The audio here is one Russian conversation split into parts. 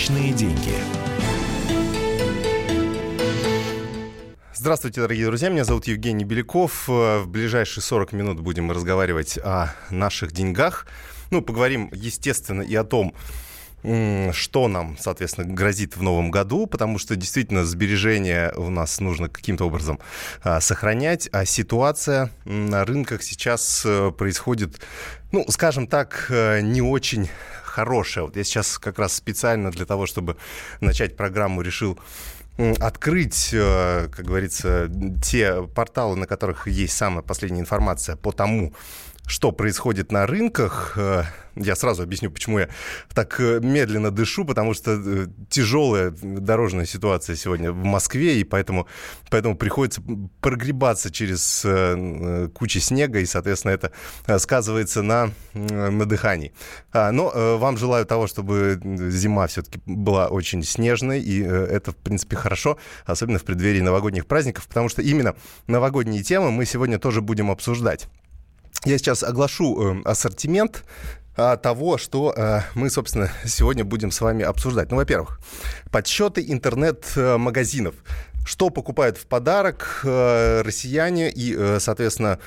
Личные деньги. Здравствуйте, дорогие друзья, меня зовут Евгений Беляков. В ближайшие 40 минут будем разговаривать о наших деньгах. Поговорим, естественно, и о том, что нам, соответственно, грозит в новом году, потому что действительно сбережения у нас нужно каким-то образом сохранять, а ситуация на рынках сейчас происходит, скажем так, не очень хорошая. Вот я сейчас как раз специально для того, чтобы начать программу, решил открыть, как говорится, те порталы, на которых есть самая последняя информация по тому, что происходит на рынках. Я сразу объясню, почему я так медленно дышу, потому что тяжелая дорожная ситуация сегодня в Москве, и поэтому приходится прогребаться через кучу снега, и, соответственно, это сказывается на дыхании. Но вам желаю того, чтобы зима все-таки была очень снежной, и это, в принципе, хорошо, особенно в преддверии новогодних праздников, потому что именно новогодние темы мы сегодня тоже будем обсуждать. Я сейчас оглашу ассортимент того, что мы, собственно, сегодня будем с вами обсуждать. Во-первых, подсчеты интернет-магазинов. Что покупают в подарок россияне? И, соответственно,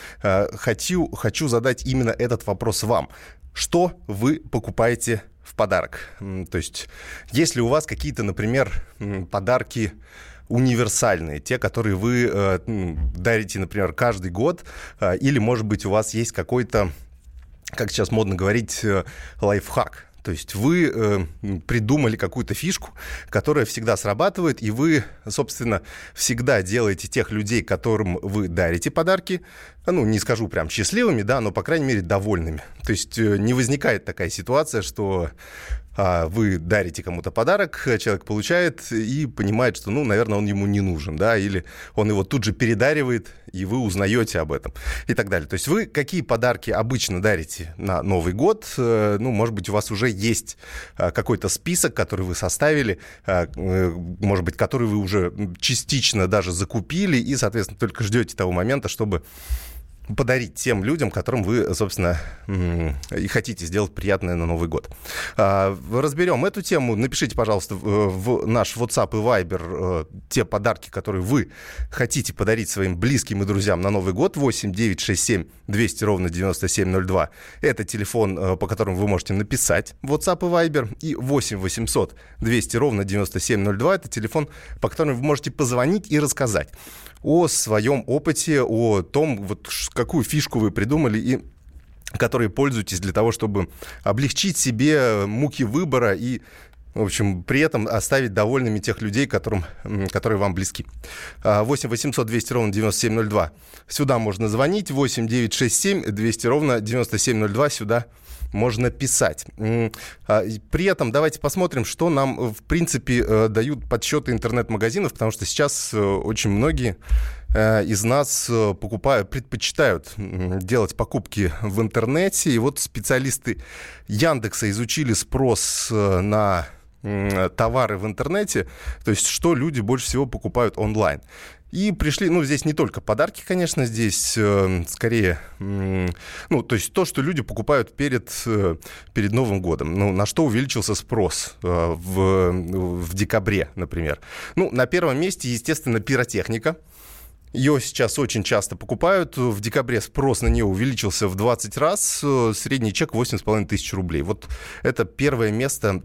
хочу задать именно этот вопрос вам. Что вы покупаете в подарок? То есть, если у вас какие-то, например, подарки универсальные, те, которые вы дарите, например, каждый год, или, может быть, у вас есть какой-то, как сейчас модно говорить, лайфхак. То есть вы придумали какую-то фишку, которая всегда срабатывает, и вы, собственно, всегда делаете тех людей, которым вы дарите подарки, не скажу прям счастливыми, да, но, по крайней мере, довольными. То есть не возникает такая ситуация, что вы дарите кому-то подарок, человек получает и понимает, что, наверное, он ему не нужен, да, или он его тут же передаривает, и вы узнаете об этом, и так далее. То есть вы какие подарки обычно дарите на Новый год? Может быть, у вас уже есть какой-то список, который вы составили, может быть, который вы уже частично даже закупили, и, соответственно, только ждете того момента, чтобы подарить тем людям, которым вы, собственно, и хотите сделать приятное на Новый год. Разберем эту тему. Напишите, пожалуйста, в наш WhatsApp и Viber те подарки, которые вы хотите подарить своим близким и друзьям на Новый год. 8 967 200 ровно 9702. Это телефон, по которому вы можете написать в WhatsApp и Viber. И 8 800 200 ровно 9702. Это телефон, по которому вы можете позвонить и рассказать о своем опыте, о том, какую фишку вы придумали и которой пользуетесь для того, чтобы облегчить себе муки выбора и, в общем, при этом оставить довольными тех людей, которые вам близки. 8 800 200 ровно 9702. Сюда можно звонить. 8 967 200 ровно 9702. Сюда можно писать. При этом давайте посмотрим, что нам, в принципе, дают подсчеты интернет-магазинов, потому что сейчас очень многие из нас предпочитают делать покупки в интернете. И вот специалисты Яндекса изучили спрос на товары в интернете, то есть что люди больше всего покупают онлайн. И пришли, здесь не только подарки, конечно, здесь скорее, то есть то, что люди покупают перед Новым годом. На что увеличился спрос в декабре, например. На первом месте, естественно, пиротехника. Ее сейчас очень часто покупают. В декабре спрос на нее увеличился в 20 раз. Средний чек 8,5 тысяч рублей. Вот это первое место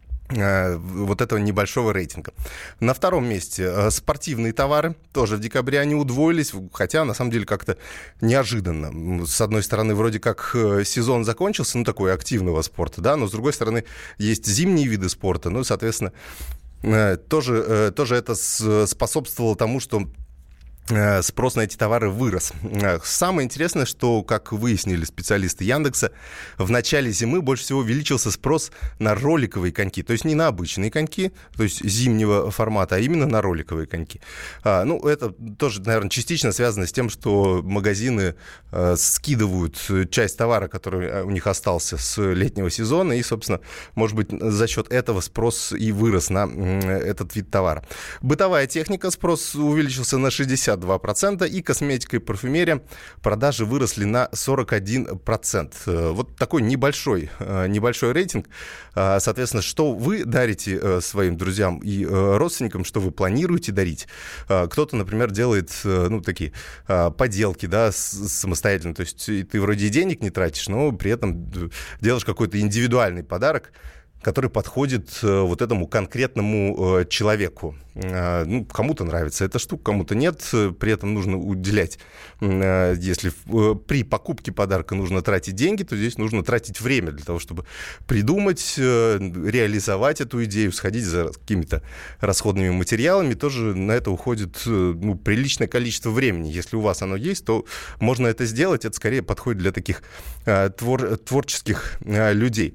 вот этого небольшого рейтинга. На втором месте спортивные товары. Тоже в декабре они удвоились, хотя на самом деле как-то неожиданно. С одной стороны, вроде как сезон закончился, такой активного спорта, да, но с другой стороны, есть зимние виды спорта, соответственно, тоже это способствовало тому, что спрос на эти товары вырос. Самое интересное, что, как выяснили специалисты Яндекса, в начале зимы больше всего увеличился спрос на роликовые коньки. То есть не на обычные коньки, то есть зимнего формата, а именно на роликовые коньки. Это тоже, наверное, частично связано с тем, что магазины скидывают часть товара, который у них остался с летнего сезона, и, собственно, может быть, за счет этого спрос и вырос на этот вид товара. Бытовая техника, спрос увеличился на 60%. 62%, и косметика и парфюмерия продажи выросли на 41%. Вот такой небольшой рейтинг. Соответственно, что вы дарите своим друзьям и родственникам, что вы планируете дарить? Кто-то, например, делает такие поделки, да, самостоятельно, то есть ты вроде и денег не тратишь, но при этом делаешь какой-то индивидуальный подарок, который подходит вот этому конкретному человеку. Кому-то нравится эта штука, кому-то нет. При этом нужно уделять, если при покупке подарка нужно тратить деньги, то здесь нужно тратить время для того, чтобы придумать, реализовать эту идею, сходить за какими-то расходными материалами. Тоже на это уходит приличное количество времени. Если у вас оно есть, то можно это сделать. Это скорее подходит для таких творческих людей.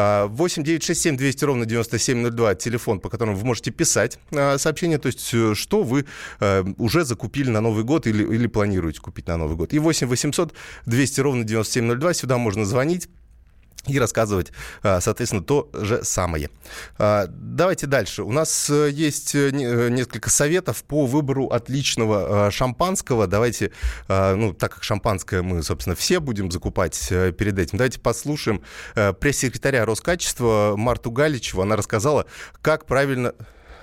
8-967-200-97-02, телефон, по которому вы можете писать сообщение, то есть что вы уже закупили на Новый год или планируете купить на Новый год. И 8-800-200-97-02, сюда можно звонить и рассказывать, соответственно, то же самое. Давайте дальше. У нас есть несколько советов по выбору отличного шампанского. Давайте, так как шампанское мы, собственно, все будем закупать перед этим, давайте послушаем пресс-секретаря Роскачества Марту Галичеву. Она рассказала, как правильно...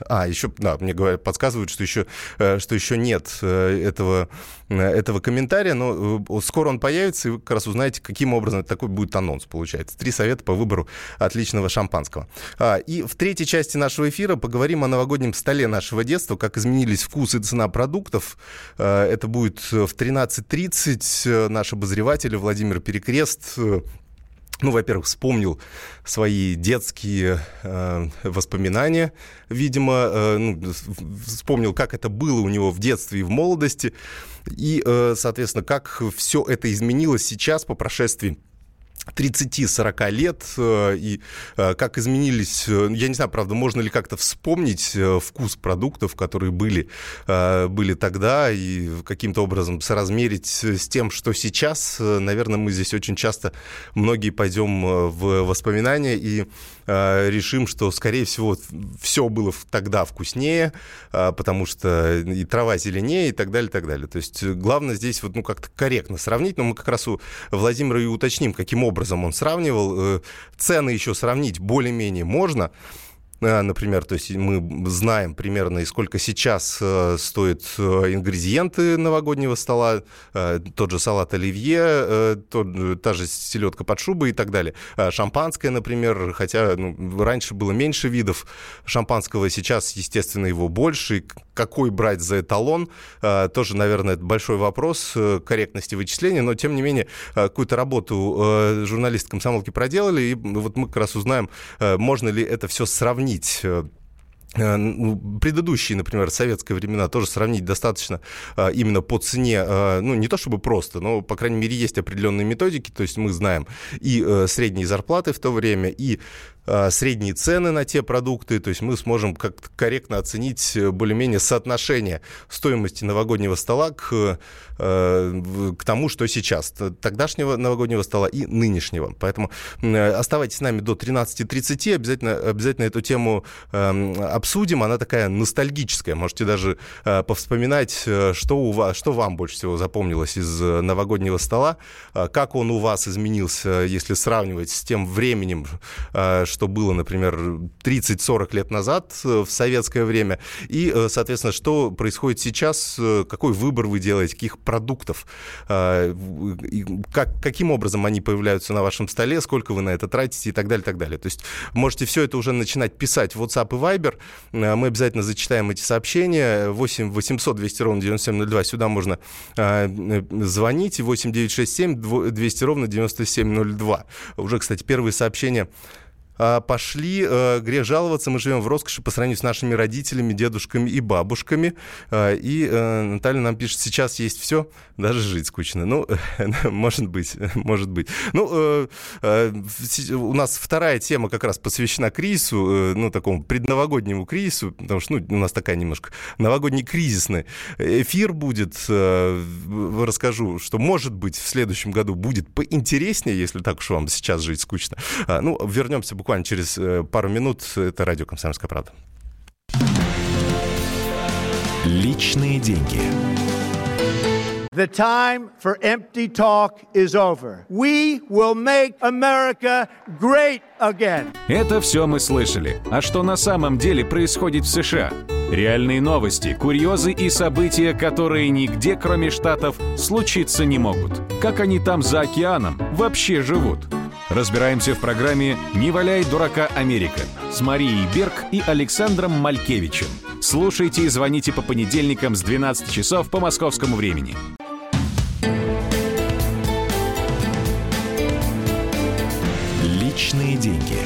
мне подсказывают, что еще нет этого комментария, но скоро он появится, и вы как раз узнаете, каким образом это такой будет анонс, получается. 3 совета по выбору отличного шампанского. И в третьей части нашего эфира поговорим о новогоднем столе нашего детства, как изменились вкус и цена продуктов. Это будет в 13:30. Наш обозреватель Владимир Перекрест во-первых, вспомнил свои детские воспоминания, видимо, вспомнил, как это было у него в детстве и в молодости, и, соответственно, как все это изменилось сейчас по прошествии 30-40 лет, и как изменились, я не знаю, правда, можно ли как-то вспомнить вкус продуктов, которые были тогда, и каким-то образом соразмерить с тем, что сейчас. Наверное, мы здесь очень часто многие пойдем в воспоминания и решим, что, скорее всего, все было тогда вкуснее, потому что и трава зеленее, и так далее, и так далее. То есть главное здесь как-то корректно сравнить, но мы как раз у Владимира и уточним, каким образом он сравнивал. Цены еще сравнить более-менее можно. Например, то есть мы знаем примерно, и сколько сейчас стоят ингредиенты новогоднего стола, тот же салат оливье, та же селедка под шубой и так далее. Шампанское, например, хотя раньше было меньше видов шампанского, сейчас, естественно, его больше. Какой брать за эталон, тоже, наверное, это большой вопрос корректности вычисления, но, тем не менее, какую-то работу журналисты «Комсомолки» проделали, и вот мы как раз узнаем, можно ли это все сравнить. Предыдущие, например, советские времена тоже сравнить достаточно именно по цене, не то чтобы просто, но, по крайней мере, есть определенные методики, то есть мы знаем и средние зарплаты в то время, и средние цены на те продукты, то есть мы сможем как-то корректно оценить более-менее соотношение стоимости новогоднего стола к тому, что сейчас, тогдашнего новогоднего стола и нынешнего. Поэтому оставайтесь с нами до 13:30, обязательно эту тему обсудим, она такая ностальгическая, можете даже повспоминать, что вам больше всего запомнилось из новогоднего стола, как он у вас изменился, если сравнивать с тем временем, что было, например, 30-40 лет назад в советское время, и, соответственно, что происходит сейчас, какой выбор вы делаете, каких продуктов, каким образом они появляются на вашем столе, сколько вы на это тратите и так далее, и так далее. То есть можете все это уже начинать писать в WhatsApp и Viber, мы обязательно зачитаем эти сообщения, 8-800-200-97-02, сюда можно звонить, 8-967-200-97-02. Уже, кстати, первые сообщения пошли. Грех жаловаться, мы живем в роскоши по сравнению с нашими родителями, дедушками и бабушками. И Наталья нам пишет, сейчас есть все, даже жить скучно. Может быть. У нас вторая тема как раз посвящена кризису, такому предновогоднему кризису, потому что у нас такая немножко новогодний кризисный эфир будет. Расскажу, что, может быть, в следующем году будет поинтереснее, если так уж вам сейчас жить скучно. Вернемся буквально через пару минут. Это радио «Комсомольская правда». Личные деньги. The time for empty talk is over. We will make America great again. Это все мы слышали. А что на самом деле происходит в США? Реальные новости, курьезы и события, которые нигде, кроме Штатов, случиться не могут. Как они там за океаном вообще живут? Разбираемся в программе «Не валяй дурака, Америка» с Марией Берг и Александром Малькевичем. Слушайте и звоните по понедельникам с 12 часов по московскому времени. Личные деньги.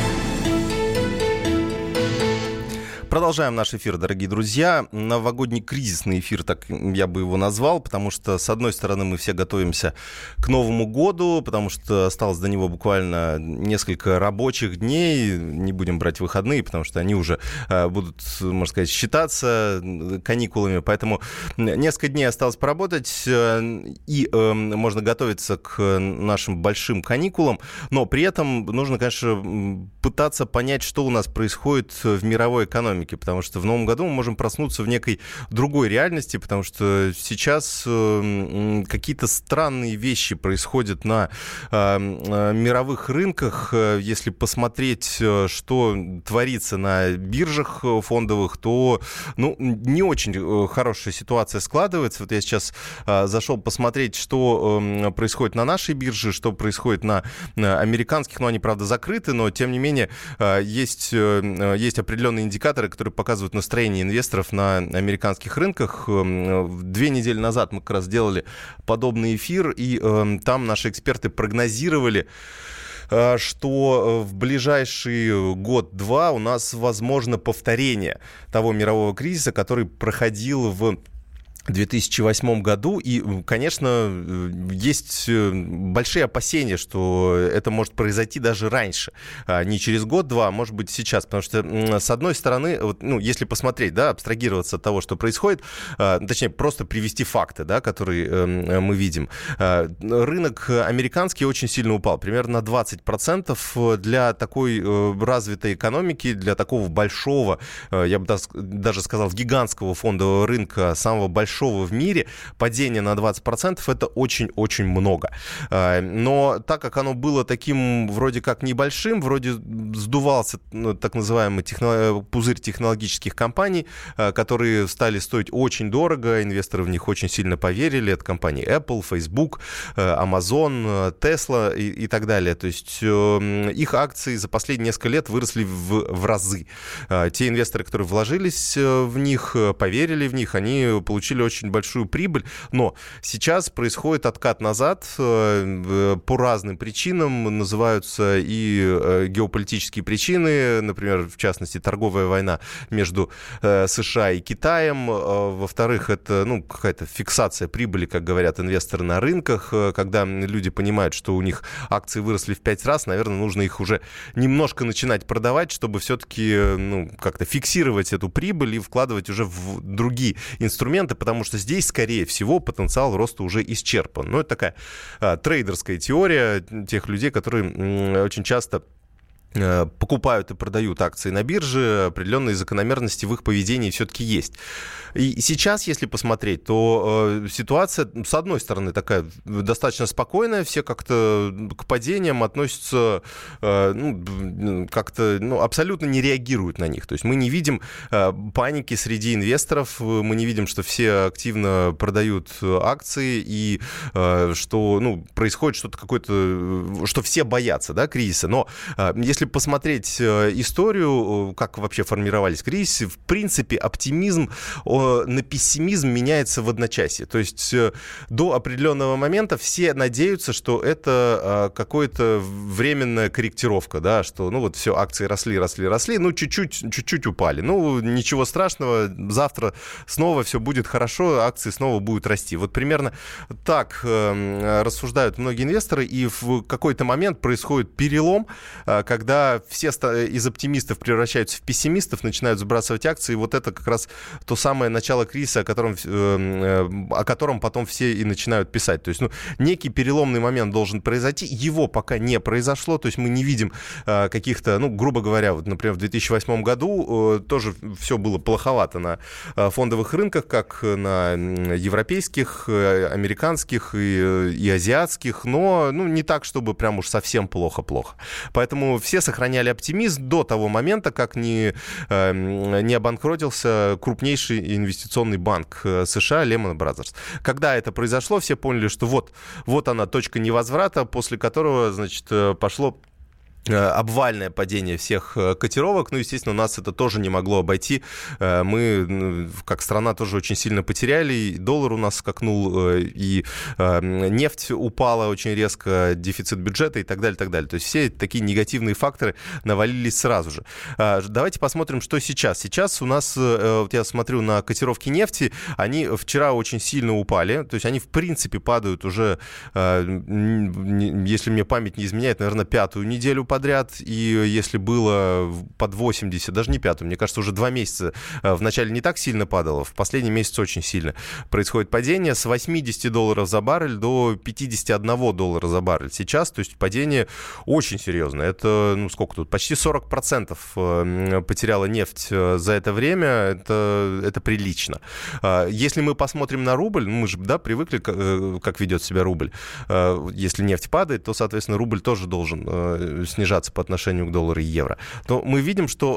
Продолжаем наш эфир, дорогие друзья. Новогодний кризисный эфир, так я бы его назвал, потому что, с одной стороны, мы все готовимся к Новому году, потому что осталось до него буквально несколько рабочих дней, не будем брать выходные, потому что они уже будут, можно сказать, считаться каникулами, поэтому несколько дней осталось поработать, и можно готовиться к нашим большим каникулам, но при этом нужно, конечно, пытаться понять, что у нас происходит в мировой экономике, потому что в новом году мы можем проснуться в некой другой реальности, потому что сейчас какие-то странные вещи происходят на мировых рынках. Если посмотреть, что творится на биржах фондовых, то не очень хорошая ситуация складывается. Вот я сейчас зашел посмотреть, что происходит на нашей бирже, что происходит на американских, они, правда, закрыты, но, тем не менее, есть определенные индикаторы, которые показывают настроение инвесторов на американских рынках. 2 недели назад мы как раз делали подобный эфир, и там наши эксперты прогнозировали, что в ближайший год-два у нас возможно повторение того мирового кризиса, который проходил в 2008 году, и, конечно, есть большие опасения, что это может произойти даже раньше, не через год-два, а может быть сейчас, потому что, с одной стороны, если посмотреть, абстрагироваться от того, что происходит, точнее, просто привести факты, которые мы видим. Рынок американский очень сильно упал, примерно на 20%. Для такой развитой экономики, для такого большого, я бы даже сказал, гигантского фондового рынка, самого большого в мире, падение на 20% это очень-очень много. Но так как оно было таким вроде как небольшим, вроде сдувался так называемый пузырь технологических компаний, которые стали стоить очень дорого, инвесторы в них очень сильно поверили, это компании Apple, Facebook, Amazon, Tesla и так далее. То есть их акции за последние несколько лет выросли в разы. Те инвесторы, которые вложились в них, поверили в них, они получили очень большую прибыль, но сейчас происходит откат назад по разным причинам, называются и геополитические причины, например, в частности, торговая война между США и Китаем, во-вторых, это какая-то фиксация прибыли, как говорят инвесторы на рынках, когда люди понимают, что у них акции выросли в 5 раз, наверное, нужно их уже немножко начинать продавать, чтобы все-таки как-то фиксировать эту прибыль и вкладывать уже в другие инструменты, потому что здесь, скорее всего, потенциал роста уже исчерпан. Это такая трейдерская теория тех людей, которые очень часто покупают и продают акции на бирже, определенные закономерности в их поведении все-таки есть. И сейчас, если посмотреть, то ситуация, с одной стороны, такая достаточно спокойная, все как-то к падениям относятся, как-то абсолютно не реагируют на них. То есть мы не видим паники среди инвесторов, мы не видим, что все активно продают акции и что происходит что-то какое-то, что все боятся кризиса. Но если посмотреть историю, как вообще формировались кризисы, в принципе, оптимизм на пессимизм меняется в одночасье. То есть до определенного момента все надеются, что это какая-то временная корректировка, что все, акции росли, чуть-чуть упали. Ничего страшного, завтра снова все будет хорошо, акции снова будут расти. Вот примерно так рассуждают многие инвесторы, и в какой-то момент происходит перелом, когда когда все из оптимистов превращаются в пессимистов, начинают сбрасывать акции, вот это как раз то самое начало кризиса, о котором потом все и начинают писать. То есть, некий переломный момент должен произойти, его пока не произошло, то есть мы не видим каких-то, грубо говоря, вот, например, в 2008 году тоже все было плоховато на фондовых рынках, как на европейских, американских и азиатских, но не так, чтобы прям уж совсем плохо-плохо. Поэтому все сохраняли оптимизм до того момента, как не обанкротился крупнейший инвестиционный банк США Lehman Brothers. Когда это произошло, все поняли, что вот она, точка невозврата, после которого, значит, пошло обвальное падение всех котировок. Естественно, нас это тоже не могло обойти. Мы, как страна, тоже очень сильно потеряли. И доллар у нас скакнул, и нефть упала очень резко, дефицит бюджета и так далее, так далее. То есть все такие негативные факторы навалились сразу же. Давайте посмотрим, что сейчас. Сейчас у нас, вот я смотрю на котировки нефти, они вчера очень сильно упали. То есть они, в принципе, падают уже, если мне память не изменяет, наверное, 5-ю неделю подряд, и если было под 80, даже не 5-ю, мне кажется, уже 2 месяца вначале не так сильно падало, в последний месяц очень сильно происходит падение с $80 за баррель до $51 за баррель сейчас, то есть падение очень серьезное. Это, сколько тут, почти 40% потеряла нефть за это время, это прилично. Если мы посмотрим на рубль, мы же, привыкли, как ведет себя рубль. Если нефть падает, то, соответственно, рубль тоже должен снижаться по отношению к доллару и евро, то мы видим, что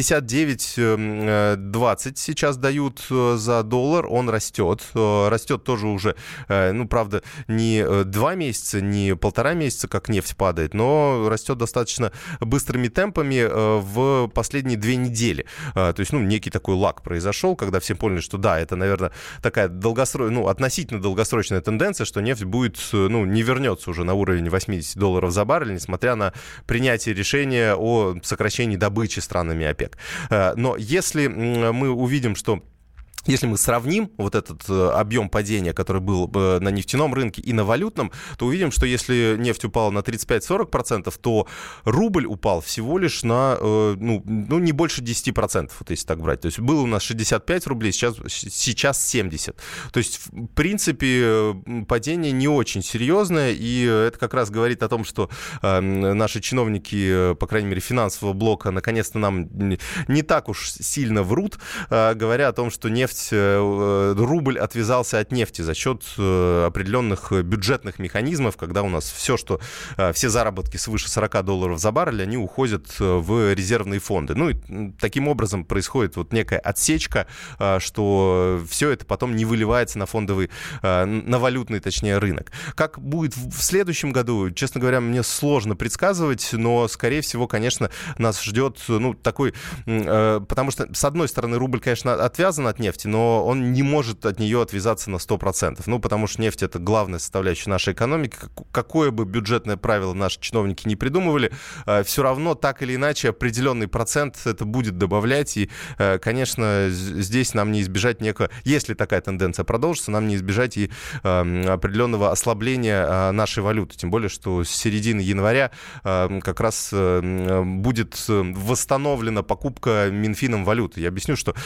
69.20 сейчас дают за доллар, он растет. Растет тоже уже, правда, не 2 месяца, не 1,5 месяца, как нефть падает, но растет достаточно быстрыми темпами в последние 2 недели. То есть, некий такой лаг произошел, когда все поняли, что да, это, наверное, такая относительно долгосрочная тенденция, что нефть будет, не вернется уже на уровень $80 за баррель, несмотря на принятие решения о сокращении добычи странами ОПЕК. Но если мы увидим, что если мы сравним вот этот объем падения, который был на нефтяном рынке и на валютном, то увидим, что если нефть упала на 35-40%, то рубль упал всего лишь на, не больше 10%, вот если так брать. То есть было у нас 65 рублей, сейчас 70. То есть, в принципе, падение не очень серьезное, и это как раз говорит о том, что наши чиновники, по крайней мере, финансового блока, наконец-то нам не так уж сильно врут, говоря о том, что рубль отвязался от нефти за счет определенных бюджетных механизмов, когда у нас все заработки свыше $40 за баррель, они уходят в резервные фонды. И таким образом происходит вот некая отсечка, что все это потом не выливается на валютный, точнее, рынок. Как будет в следующем году, честно говоря, мне сложно предсказывать, но, скорее всего, конечно, нас ждет такой, потому что, с одной стороны, рубль, конечно, отвязан от нефти, но он не может от нее отвязаться на 100%. Потому что нефть — это главная составляющая нашей экономики. Какое бы бюджетное правило наши чиновники не придумывали, все равно так или иначе определенный процент это будет добавлять. И, конечно, здесь нам не избежать если такая тенденция продолжится, нам не избежать и определенного ослабления нашей валюты. Тем более, что с середины января как раз будет восстановлена покупка Минфином валюты. Я объясню, что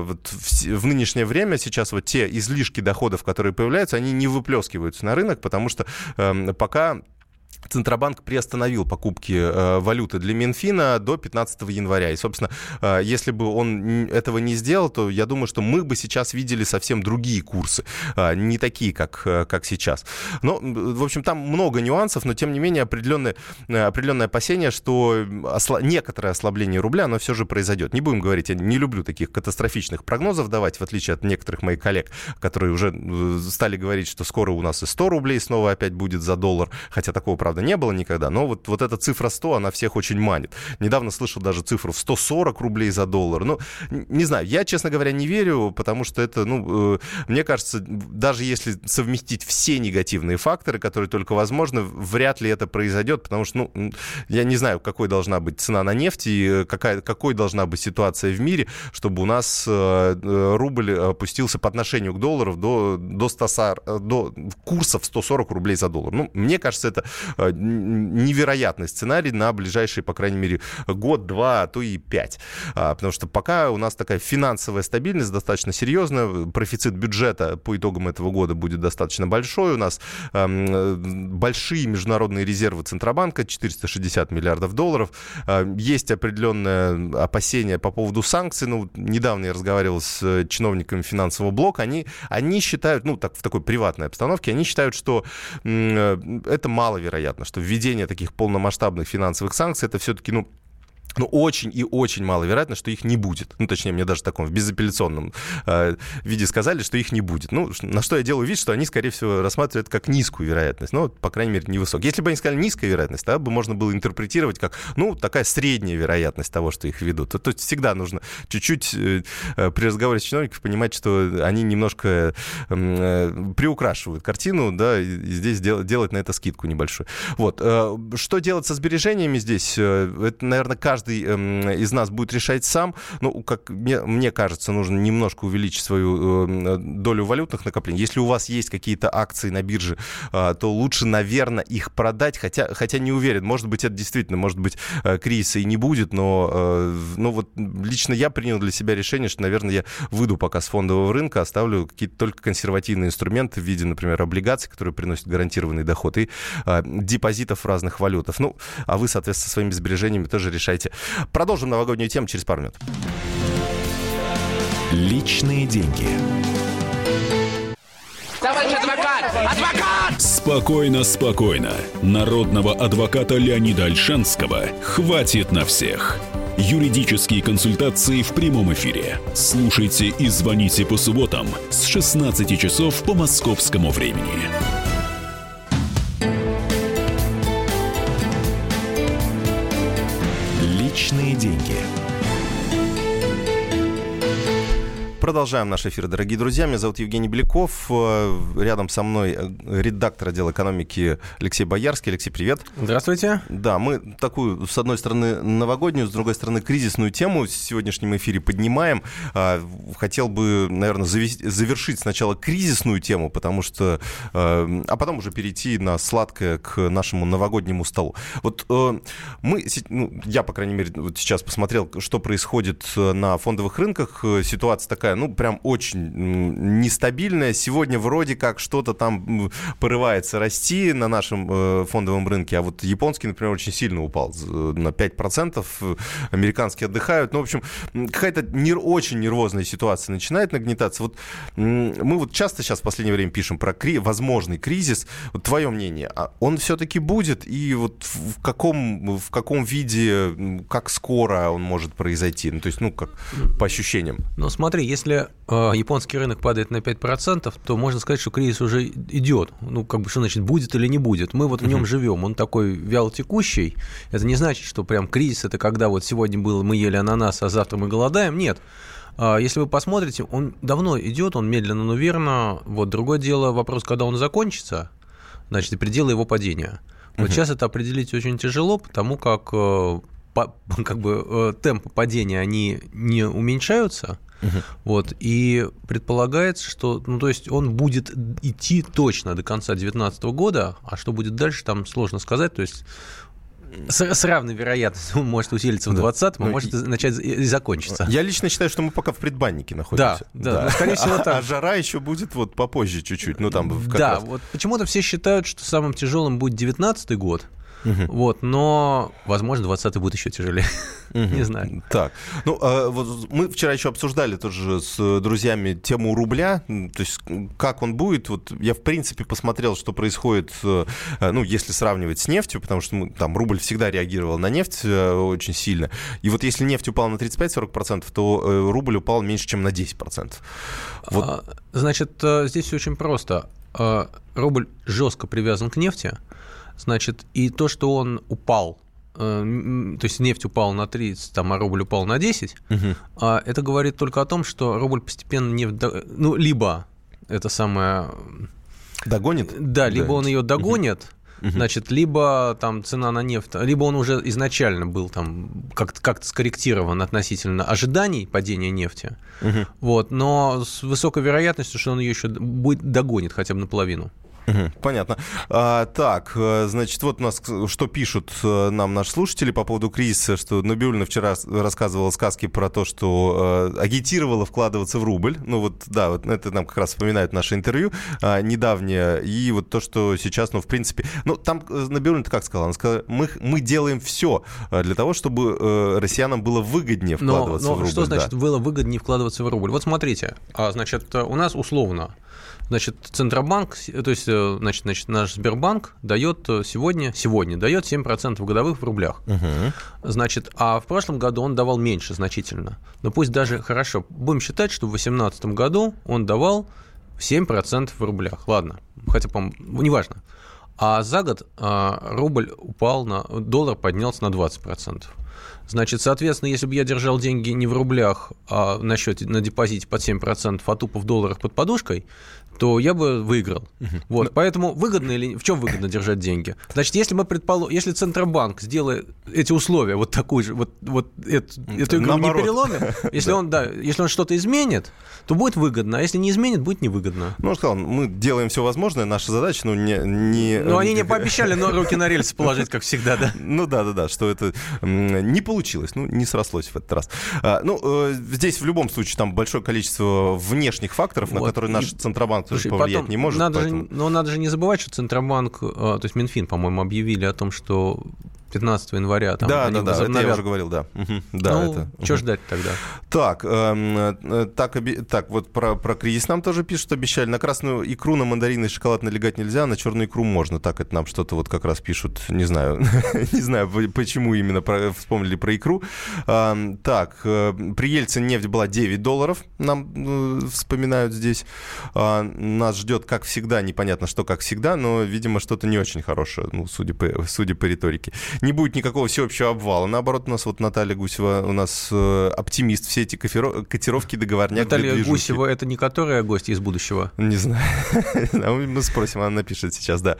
в нынешнее время сейчас вот те излишки доходов, которые появляются, они не выплескиваются на рынок, потому что пока Центробанк приостановил покупки валюты для Минфина до 15 января. И, собственно, если бы он этого не сделал, то я думаю, что мы бы сейчас видели совсем другие курсы, не такие, как сейчас. Но, в общем, там много нюансов, но, тем не менее, определенное опасение, что некоторое ослабление рубля, оно все же произойдет. Не будем говорить, я не люблю таких катастрофических прогнозов давать, в отличие от некоторых моих коллег, которые уже стали говорить, что скоро у нас и 100 рублей снова опять будет за доллар, хотя такого, правда, не было никогда, но вот эта цифра 100, она всех очень манит. Недавно слышал даже цифру в 140 рублей за доллар. Не знаю, я, честно говоря, не верю, потому что это, мне кажется, даже если совместить все негативные факторы, которые только возможны, вряд ли это произойдет, потому что, я не знаю, какой должна быть цена на нефть и какой должна быть ситуация в мире, чтобы у нас рубль опустился по отношению к доллару до курса в 140 рублей за доллар. Мне кажется, это невероятный сценарий на ближайшие, по крайней мере, год, два, а то и 5. Потому что пока у нас такая финансовая стабильность достаточно серьезная, профицит бюджета по итогам этого года будет достаточно большой, у нас большие международные резервы Центробанка, 460 миллиардов долларов, есть определенное опасение по поводу санкций. Недавно я разговаривал с чиновниками финансового блока, они считают, в такой приватной обстановке, они считают, что это маловероятно, что введение таких полномасштабных финансовых санкций, это все-таки, очень и очень маловероятно, что их не будет. Точнее, мне даже в таком безапелляционном виде сказали, что их не будет. На что я делаю вид, что они, скорее всего, рассматривают это как низкую вероятность. По крайней мере, невысокую. Если бы они сказали низкая вероятность, тогда бы можно было интерпретировать как, такая средняя вероятность того, что их ведут. То есть всегда нужно чуть-чуть при разговоре с чиновниками понимать, что они немножко приукрашивают картину, да, и здесь делать на это скидку небольшую. Что делать со сбережениями здесь? Это, наверное, каждый из нас будет решать сам. Как мне кажется, нужно немножко увеличить свою долю валютных накоплений. Если у вас есть какие-то акции на бирже, то лучше, наверное, их продать, хотя не уверен. Может быть, это действительно, кризиса и не будет, но лично я принял для себя решение, что, наверное, я выйду пока с фондового рынка, оставлю какие-то только консервативные инструменты в виде, например, облигаций, которые приносят гарантированный доход, и депозитов в разных валютах. А вы, соответственно, со своими сбережениями тоже решайте. Продолжим новогоднюю тему через пару минут. Личные деньги. Товарищ адвокат! Адвокат! Спокойно, спокойно. Народного адвоката Леонида Ольшанского хватит на всех. Юридические консультации в прямом эфире. Слушайте и звоните по субботам с 16 часов по московскому времени. Личные деньги. Продолжаем наш эфир, дорогие друзья. Меня зовут Евгений Беляков. Рядом со мной редактор отдела экономики Алексей Боярский. Алексей, привет. Здравствуйте. Да, мы такую, с одной стороны, новогоднюю, с другой стороны, кризисную тему в сегодняшнем эфире поднимаем. Хотел бы, наверное, завершить сначала кризисную тему, потому что... А потом уже перейти на сладкое к нашему новогоднему столу. Я, по крайней мере, сейчас посмотрел, что происходит на фондовых рынках. Ситуация такая, прям очень нестабильная. Сегодня вроде как что-то там порывается расти на нашем фондовом рынке, а вот японский, например, очень сильно упал на 5%, американские отдыхают. В общем, какая-то очень нервозная ситуация начинает нагнетаться. Мы часто сейчас в последнее время пишем про возможный кризис. Твое мнение, он все-таки будет? И в каком виде, как скоро он может произойти? То есть, как по ощущениям. Смотри, если японский рынок падает на 5%, то можно сказать, что кризис уже идет. Что значит, будет или не будет? Мы в нем живем, он такой вялотекущий. Это не значит, что прям кризис – это когда сегодня мы ели ананас, а завтра мы голодаем. Нет. Если вы посмотрите, он давно идет, он медленно, но верно. Другое дело, вопрос, когда он закончится, значит, и пределы его падения. Сейчас это определить очень тяжело, потому как темпы падения, они не уменьшаются. И предполагается, что он будет идти точно до конца 2019 года, а что будет дальше, там сложно сказать. То есть с равной вероятностью он может усилиться в 2020-м, а может начать и закончиться. Я лично считаю, что мы пока в предбаннике находимся. Да. Скорее всего, так. А жара еще будет попозже чуть-чуть. Почему-то все считают, что самым тяжелым будет 2019 год. Но, возможно, 2020 будет еще тяжелее. Не знаю. Так. Мы вчера еще обсуждали тоже с друзьями тему рубля. То есть, как он будет. Я, в принципе, посмотрел, что происходит, если сравнивать с нефтью, потому что рубль всегда реагировал на нефть очень сильно. И если нефть упала на 35-40%, то рубль упал меньше, чем на 10%. Значит, здесь все очень просто. Рубль жестко привязан к нефти. Значит, и то, что он упал, то есть нефть упала на 30, а рубль упал на 10, это говорит только о том, что рубль постепенно либо это самое... Догонит? Да, либо он ее догонит, значит, либо цена на нефть, либо он уже изначально был как-то скорректирован относительно ожиданий падения нефти, но с высокой вероятностью, что он ее еще догонит хотя бы наполовину. Понятно. Так, значит, вот у нас что пишут нам наши слушатели по поводу кризиса, что Набиуллина вчера рассказывала сказки про то, что агитировала вкладываться в рубль. Ну вот, да, вот это нам как раз вспоминают наше интервью недавнее. И вот то, что сейчас, ну, в принципе... Ну, там Набиуллина-то как сказала? Она сказала, мы делаем все для того, чтобы россиянам было выгоднее вкладываться в рубль. Что значит было выгоднее вкладываться в рубль? Вот смотрите, значит, у нас условно, значит, Центробанк, то есть, значит, наш Сбербанк дает сегодня дает 7% годовых в рублях. Значит, а в прошлом году он давал меньше значительно. Но пусть даже, хорошо, будем считать, что в 2018 году он давал 7% в рублях. Ладно, хотя, по-моему, неважно. А за год рубль упал, доллар поднялся на 20%. Значит, соответственно, если бы я держал деньги не в рублях, а на счете, на депозите под 7%, а тупо в долларах под подушкой, то я бы выиграл. Вот, поэтому выгодно или в чем выгодно держать деньги? Значит, если Центробанк сделает эти условия, вот такую же, эту игру не переломит, если он что-то изменит, то будет выгодно, а если не изменит, будет невыгодно. Ну, сказал, мы делаем все возможное, наша задача, Но они не пообещали руки на рельсы положить, как всегда, да? Ну да, что это не получилось, не срослось в этот раз. Здесь в любом случае там большое количество внешних факторов, на которые наш Центробанк повлиять не может. Но надо же не забывать, что Центробанк, то есть Минфин, по-моему, объявили о том, что 15 января там да, это я уже говорил, да. Что ждать тогда? Так, вот про кризис нам тоже пишут, обещали. На красную икру, на мандарины и шоколад налегать нельзя, на черную икру можно. Так это нам что-то вот как раз пишут, не знаю, почему именно вспомнили про икру. Так, при Ельцине нефть была $9, нам вспоминают здесь. Нас ждет, как всегда, непонятно, что как всегда, но, видимо, что-то не очень хорошее, судя по риторике. Не будет никакого всеобщего обвала. Наоборот, у нас вот Наталья Гусева, у нас оптимист. Все эти котировки, договорняк. Наталья Гусева, это не которая гостья из будущего? Не знаю. Мы спросим, она напишет сейчас, да.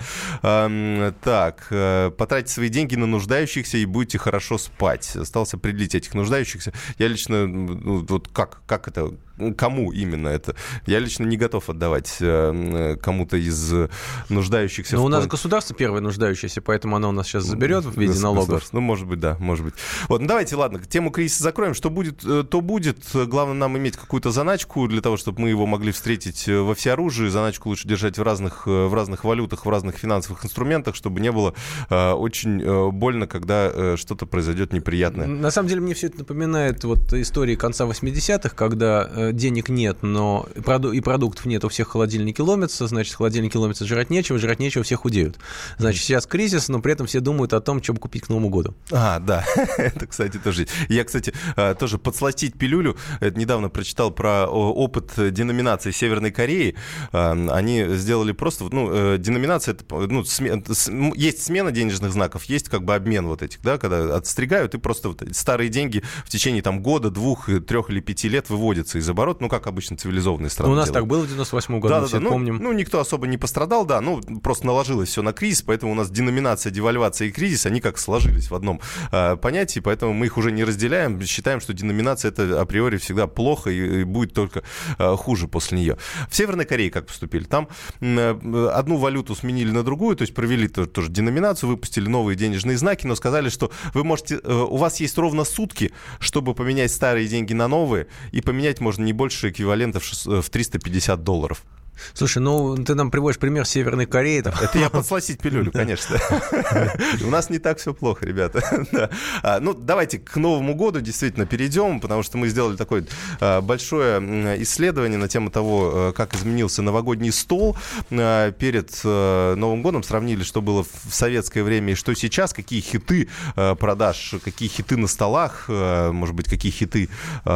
Так, потратьте свои деньги на нуждающихся и будете хорошо спать. Осталось определить этих нуждающихся. Я лично, вот как это... Кому именно это? Я лично не готов отдавать кому-то из нуждающихся. Но у нас государство первое нуждающееся, поэтому оно у нас сейчас заберет в виде налогов. Может быть, да, может быть. Вот, давайте, ладно, тему кризиса закроем. Что будет, то будет. Главное нам иметь какую-то заначку для того, чтобы мы его могли встретить во всеоружии. Заначку лучше держать в разных валютах, в разных финансовых инструментах, чтобы не было очень больно, когда что-то произойдет неприятное. На самом деле, мне все это напоминает вот истории конца 80-х, когда денег нет, но и продуктов нет, у всех холодильники ломятся, значит, холодильники ломятся, жрать нечего, все худеют. Значит, сейчас кризис, но при этом все думают о том, что бы купить к Новому году. Да, это, кстати, тоже. Я, кстати, тоже подсластить пилюлю, недавно прочитал про опыт деноминации Северной Кореи. Они сделали просто, деноминация, это, есть смена денежных знаков, есть как бы обмен вот этих, да, когда отстригают, и просто вот старые деньги в течение там года, 2, 3 или 5 лет выводятся из оборот, как обычно цивилизованные страны. У нас так было в 98 году, все помним. Никто особо не пострадал, да, просто наложилось все на кризис, поэтому у нас деноминация, девальвация и кризис, они как сложились в одном понятии, поэтому мы их уже не разделяем, считаем, что деноминация это априори всегда плохо и будет только хуже после нее. В Северной Корее как поступили? Там одну валюту сменили на другую, то есть провели тоже деноминацию, выпустили новые денежные знаки, но сказали, что у вас есть ровно сутки, чтобы поменять старые деньги на новые, и поменять можно не больше эквивалентов в $350. Слушай, ты нам приводишь пример Северной Кореи. Это я подсластить пилюлю, конечно. У нас не так все плохо, ребята. Давайте к Новому году действительно перейдем, потому что мы сделали такое большое исследование на тему того, как изменился новогодний стол перед Новым годом. Сравнили, что было в советское время и что сейчас, какие хиты продаж, какие хиты на столах, может быть, какие хиты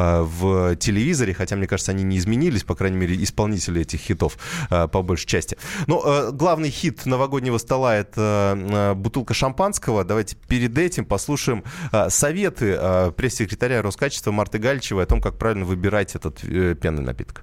в телевизоре, хотя, мне кажется, они не изменились, по крайней мере, исполнители этих хитов по большей части. Но главный хит новогоднего стола — это бутылка шампанского. Давайте перед этим послушаем советы пресс-секретаря Роскачества Марты Галичевой о том, как правильно выбирать этот пенный напиток.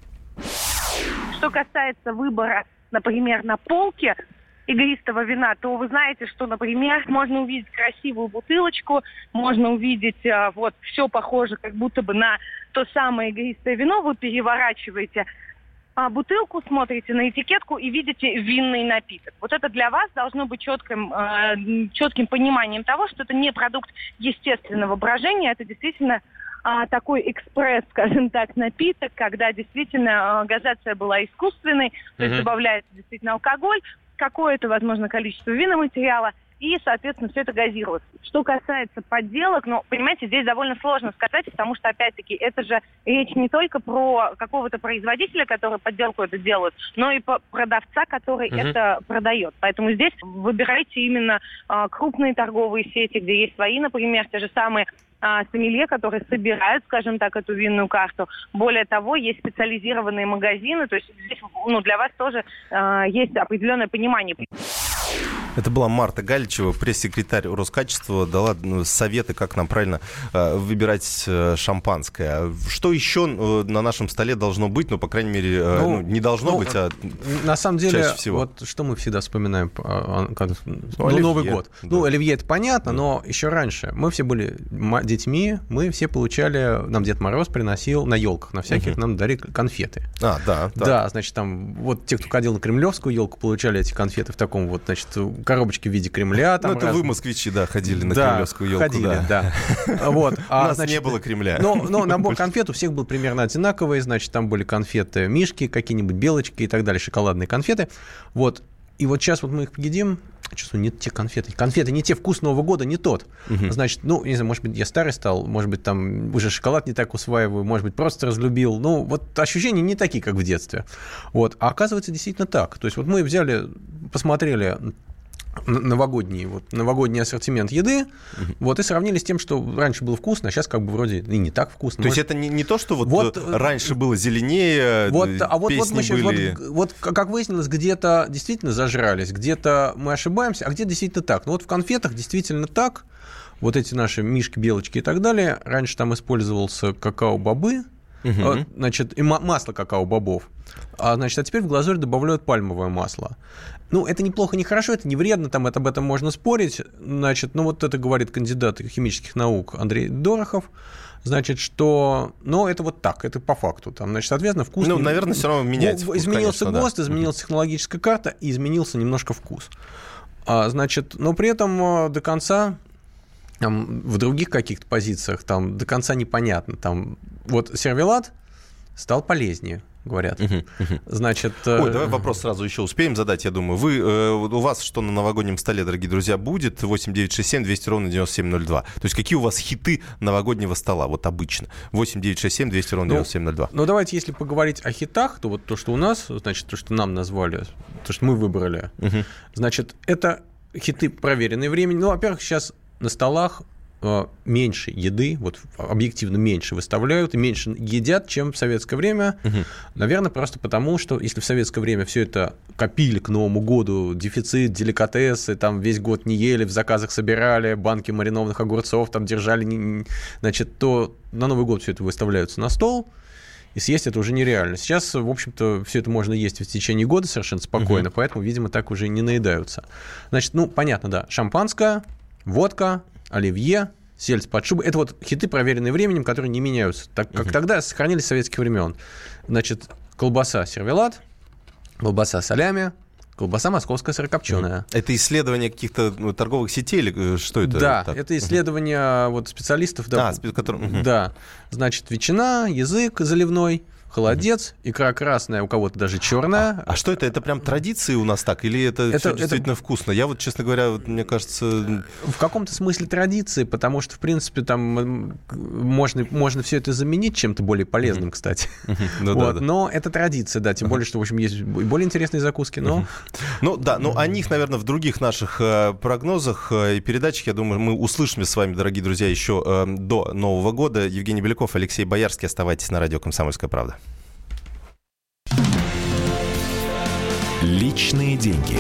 Что касается выбора, например, на полке игристого вина, то вы знаете, что, например, можно увидеть красивую бутылочку, можно увидеть все похоже как будто бы на то самое игристое вино, вы переворачиваете бутылку, смотрите на этикетку и видите винный напиток. Вот это для вас должно быть четким пониманием того, что это не продукт естественного брожения, это действительно такой экспресс, скажем так, напиток, когда действительно газация была искусственной, то есть добавляется действительно алкоголь, какое-то, возможно, количество виноматериала, и, соответственно, все это газируется. Что касается подделок, понимаете, здесь довольно сложно сказать, потому что, опять-таки, это же речь не только про какого-то производителя, который подделку это делает, но и про продавца, который это продает. Поэтому здесь выбирайте именно крупные торговые сети, где есть свои, например, те же самые сомелье, которые собирают, скажем так, эту винную карту. Более того, есть специализированные магазины, то есть здесь для вас тоже есть определенное понимание. Это была Марта Галичева, пресс-секретарь Роскачества, дала советы, как нам правильно выбирать шампанское. Что еще на нашем столе должно быть? По крайней мере, не должно быть, а на самом деле, чаще всего. Вот что мы всегда вспоминаем, Новый год. Да. Оливье это понятно, но еще раньше. Мы все были детьми, мы все получали, нам Дед Мороз приносил на елках, на всяких, нам дарили конфеты. Да, значит, там, вот те, кто ходил на Кремлевскую елку, получали эти конфеты в таком вот, значит, коробочки в виде Кремля. Там это вы, москвичи, ходили на Кремлевскую елку. Ходили, да. Вот. У нас не было Кремля. Но набор конфет у всех был примерно одинаковый, значит, там были конфеты Мишки, какие-нибудь белочки и так далее, шоколадные конфеты. Вот. И вот сейчас вот мы их едим, чувствую, не те конфеты. Конфеты не те, вкус Нового года не тот. Значит, не знаю, может быть, я старый стал, может быть, там уже шоколад не так усваиваю, может быть, просто разлюбил. Вот ощущения не такие, как в детстве. Вот. А оказывается, действительно так. То есть вот мы взяли, посмотрели новогодний ассортимент еды, вот, и сравнили с тем, что раньше было вкусно, а сейчас как бы вроде и не так вкусно. То есть это не то, что вот раньше было зеленее, песни были... Вот, как выяснилось, где-то действительно зажрались, где-то мы ошибаемся, а где действительно так. Вот в конфетах действительно так, вот эти наши мишки, белочки и так далее, раньше там использовался какао-бобы, значит, и масло какао-бобов, а теперь в глазурь добавляют пальмовое масло. Это неплохо, не хорошо, это не вредно, там об этом можно спорить. Значит, вот это говорит кандидат химических наук Андрей Дорохов. Значит, что... это вот так, это по факту. Там, значит, соответственно, вкус... наверное, все равно меняется вкус, изменился конечно, ГОСТ, изменилась технологическая карта, и изменился немножко вкус. Значит, но при этом до конца... в других каких-то позициях там до конца непонятно. Там, вот сервелат стал полезнее, говорят. Значит... давай вопрос сразу еще успеем задать, я думаю. У вас что на новогоднем столе, дорогие друзья, будет? 8-967-200-97-02. То есть какие у вас хиты новогоднего стола, вот обычно? 8-967-200-97-02. Давайте, если поговорить о хитах, то вот то, что у нас, значит, то, что нам назвали, то, что мы выбрали, значит, это хиты, проверенные временем. Во-первых, сейчас на столах меньше еды, вот объективно меньше выставляют и меньше едят, чем в советское время. Наверное, просто потому, что если в советское время все это копили к Новому году, дефицит, деликатесы, там весь год не ели, в заказах собирали, банки маринованных огурцов там держали, значит, то на Новый год все это выставляется на стол, и съесть это уже нереально. Сейчас, в общем-то, все это можно есть в течение года совершенно спокойно, поэтому, видимо, так уже не наедаются. Значит, понятно, да, шампанское, водка, оливье, сельдь под шубой. Это вот хиты, проверенные временем, которые не меняются, так как тогда сохранились с советских времен. Значит, колбаса сервелат, колбаса солями, колбаса московская сырокопченая. Это исследование каких-то торговых сетей или что это? Да, это исследование специалистов. Да, да, значит, ветчина, язык заливной, холодец, икра красная, у кого-то даже черная. А что это? Это прям традиции у нас так? Или это действительно вкусно? Я вот, честно говоря, мне кажется... В каком-то смысле традиции, потому что, в принципе, там можно все это заменить чем-то более полезным, кстати. Но это традиция, да, тем более, что, в общем, есть более интересные закуски, но... о них, наверное, в других наших прогнозах и передачах, я думаю, мы услышим с вами, дорогие друзья, еще до Нового года. Евгений Беляков, Алексей Боярский. Оставайтесь на радио «Комсомольская правда». Личные деньги.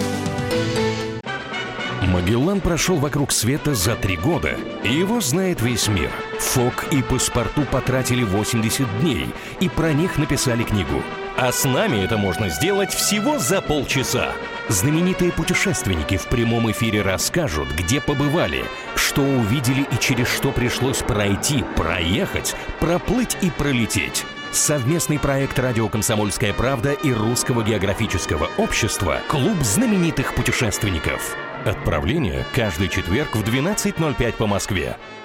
Магеллан прошел вокруг света за 3 года, и его знает весь мир. Фок и Паспорту потратили 80 дней, и про них написали книгу. А с нами это можно сделать всего за полчаса. Знаменитые путешественники в прямом эфире расскажут, где побывали, что увидели и через что пришлось пройти, проехать, проплыть и пролететь. Совместный проект «Радио Комсомольская правда» и Русского географического общества «Клуб знаменитых путешественников». Отправление каждый четверг в 12:05 по Москве.